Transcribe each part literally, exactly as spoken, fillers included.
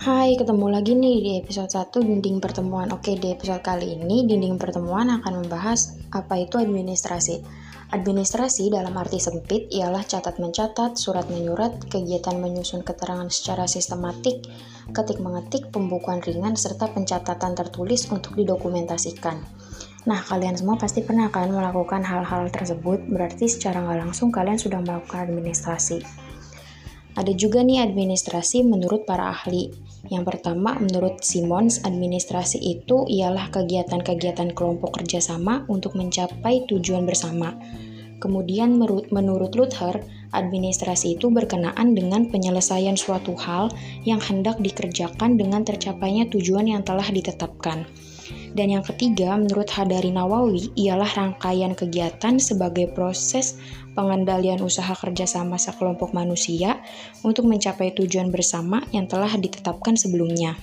Hai, ketemu lagi nih di episode satu Dinding Pertemuan. Oke, di episode kali ini Dinding Pertemuan akan membahas apa itu administrasi. Administrasi dalam arti sempit ialah catat mencatat, surat menyurat, kegiatan menyusun keterangan secara sistematik, ketik mengetik, pembukuan ringan, serta pencatatan tertulis untuk didokumentasikan. Nah, kalian semua pasti pernah kan melakukan hal-hal tersebut, berarti secara nggak langsung kalian sudah melakukan administrasi. Ada juga nih administrasi menurut para ahli. Yang pertama, menurut Simons, administrasi itu ialah kegiatan-kegiatan kelompok kerjasama untuk mencapai tujuan bersama. Kemudian menurut Luther, administrasi itu berkenaan dengan penyelesaian suatu hal yang hendak dikerjakan dengan tercapainya tujuan yang telah ditetapkan. Dan yang ketiga, menurut Hadari Nawawi, ialah rangkaian kegiatan sebagai proses pengendalian usaha kerjasama sekelompok manusia untuk mencapai tujuan bersama yang telah ditetapkan sebelumnya.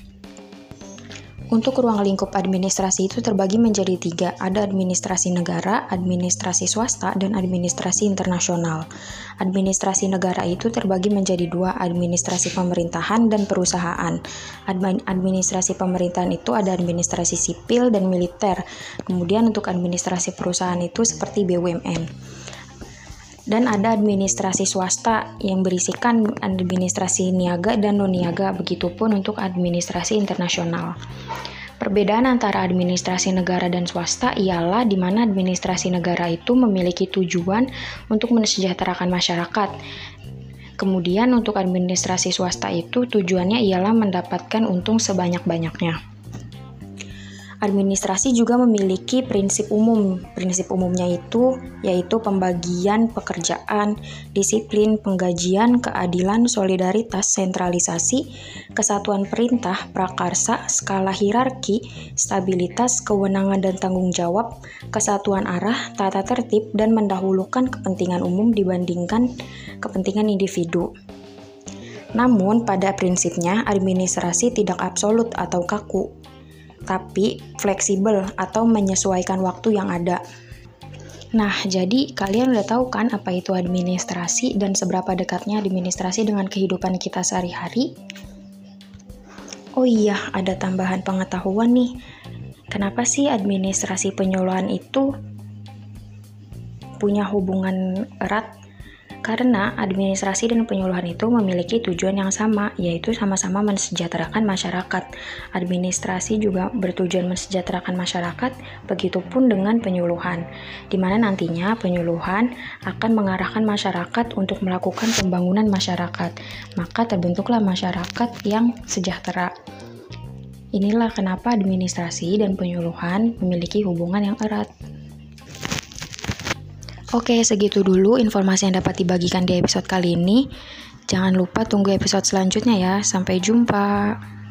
Untuk ruang lingkup administrasi itu terbagi menjadi tiga, ada administrasi negara, administrasi swasta, dan administrasi internasional. Administrasi negara itu terbagi menjadi dua, administrasi pemerintahan dan perusahaan. Administrasi pemerintahan itu ada administrasi sipil dan militer. Kemudian untuk administrasi perusahaan itu seperti B U M N. Dan ada administrasi swasta yang berisikan administrasi niaga dan non-niaga, begitupun untuk administrasi internasional. Perbedaan antara administrasi negara dan swasta ialah di mana administrasi negara itu memiliki tujuan untuk mensejahterakan masyarakat. Kemudian untuk administrasi swasta itu tujuannya ialah mendapatkan untung sebanyak-banyaknya. Administrasi juga memiliki prinsip umum. Prinsip umumnya itu yaitu pembagian pekerjaan, disiplin, penggajian, keadilan, solidaritas, sentralisasi, kesatuan perintah, prakarsa, skala hierarki, stabilitas, kewenangan dan tanggung jawab, kesatuan arah, tata tertib, dan mendahulukan kepentingan umum dibandingkan kepentingan individu. Namun, pada prinsipnya, administrasi tidak absolut atau kaku, tapi fleksibel atau menyesuaikan waktu yang ada. Nah, jadi kalian udah tahu kan apa itu administrasi dan seberapa dekatnya administrasi dengan kehidupan kita sehari-hari? Oh iya, ada tambahan pengetahuan nih. Kenapa sih administrasi penyuluhan itu punya hubungan erat? Karena administrasi dan penyuluhan itu memiliki tujuan yang sama, yaitu sama-sama mensejahterakan masyarakat. Administrasi juga bertujuan mensejahterakan masyarakat, begitupun dengan penyuluhan, di mana nantinya penyuluhan akan mengarahkan masyarakat untuk melakukan pembangunan masyarakat. Maka terbentuklah masyarakat yang sejahtera. Inilah kenapa administrasi dan penyuluhan memiliki hubungan yang erat. Oke, segitu dulu informasi yang dapat dibagikan di episode kali ini. Jangan lupa tunggu episode selanjutnya ya. Sampai jumpa.